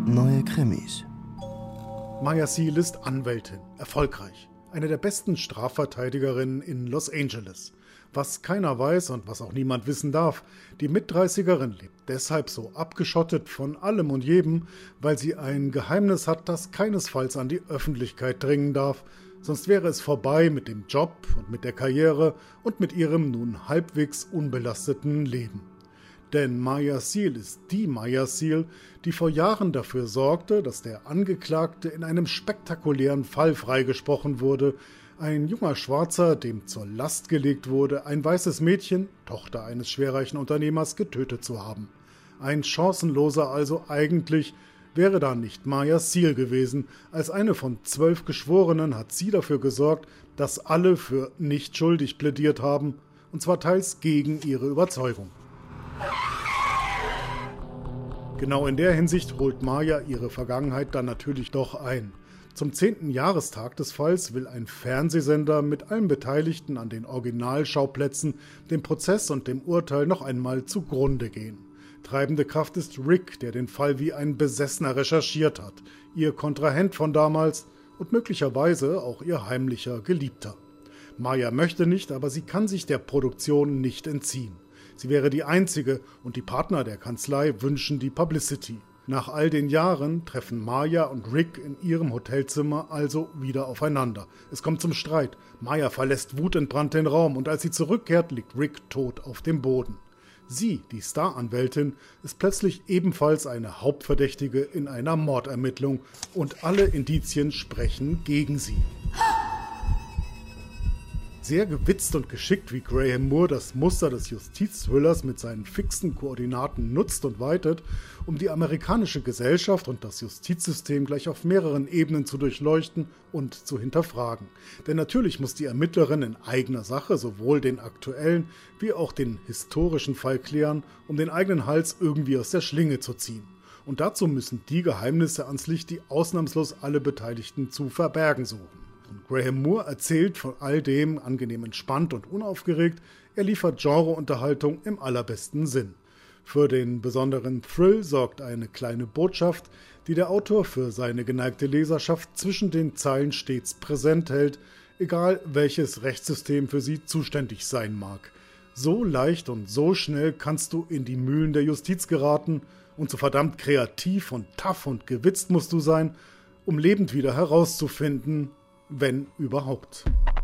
Neue Krimis. Maya Seal ist Anwältin, erfolgreich. Eine der besten Strafverteidigerinnen in Los Angeles. Was keiner weiß und was auch niemand wissen darf, die Mit-30erin lebt deshalb so abgeschottet von allem und jedem, weil sie ein Geheimnis hat, das keinesfalls an die Öffentlichkeit dringen darf. Sonst wäre es vorbei mit dem Job und mit der Karriere und mit ihrem nun halbwegs unbelasteten Leben. Denn Maya Seal ist die Maya Seal, die vor Jahren dafür sorgte, dass der Angeklagte in einem spektakulären Fall freigesprochen wurde. Ein junger Schwarzer, dem zur Last gelegt wurde, ein weißes Mädchen, Tochter eines schwerreichen Unternehmers, getötet zu haben. Ein Chancenloser also eigentlich, wäre da nicht Maya Seal gewesen. Als eine von 12 Geschworenen hat sie dafür gesorgt, dass alle für nicht schuldig plädiert haben, und zwar teils gegen ihre Überzeugung. Genau in der Hinsicht holt Maya ihre Vergangenheit dann natürlich doch ein. Zum 10. Jahrestag des Falls will ein Fernsehsender mit allen Beteiligten an den Originalschauplätzen dem Prozess und dem Urteil noch einmal zugrunde gehen. Treibende Kraft ist Rick, der den Fall wie ein Besessener recherchiert hat, ihr Kontrahent von damals und möglicherweise auch ihr heimlicher Geliebter. Maya möchte nicht, aber sie kann sich der Produktion nicht entziehen. Sie wäre die Einzige und die Partner der Kanzlei wünschen die Publicity. Nach all den Jahren treffen Maya und Rick in ihrem Hotelzimmer also wieder aufeinander. Es kommt zum Streit. Maya verlässt wutentbrannt den Raum und als sie zurückkehrt, liegt Rick tot auf dem Boden. Sie, die Staranwältin, ist plötzlich ebenfalls eine Hauptverdächtige in einer Mordermittlung und alle Indizien sprechen gegen sie. Sehr gewitzt und geschickt, wie Graham Moore das Muster des Justizthrillers mit seinen fixen Koordinaten nutzt und weitet, um die amerikanische Gesellschaft und das Justizsystem gleich auf mehreren Ebenen zu durchleuchten und zu hinterfragen. Denn natürlich muss die Ermittlerin in eigener Sache sowohl den aktuellen wie auch den historischen Fall klären, um den eigenen Hals irgendwie aus der Schlinge zu ziehen. Und dazu müssen die Geheimnisse ans Licht, die ausnahmslos alle Beteiligten zu verbergen suchen. Und Graham Moore erzählt von all dem angenehm entspannt und unaufgeregt. Er liefert Genreunterhaltung im allerbesten Sinn. Für den besonderen Thrill sorgt eine kleine Botschaft, die der Autor für seine geneigte Leserschaft zwischen den Zeilen stets präsent hält, egal welches Rechtssystem für sie zuständig sein mag. So leicht und so schnell kannst du in die Mühlen der Justiz geraten und so verdammt kreativ und tough und gewitzt musst du sein, um lebend wieder herauszufinden, wenn überhaupt.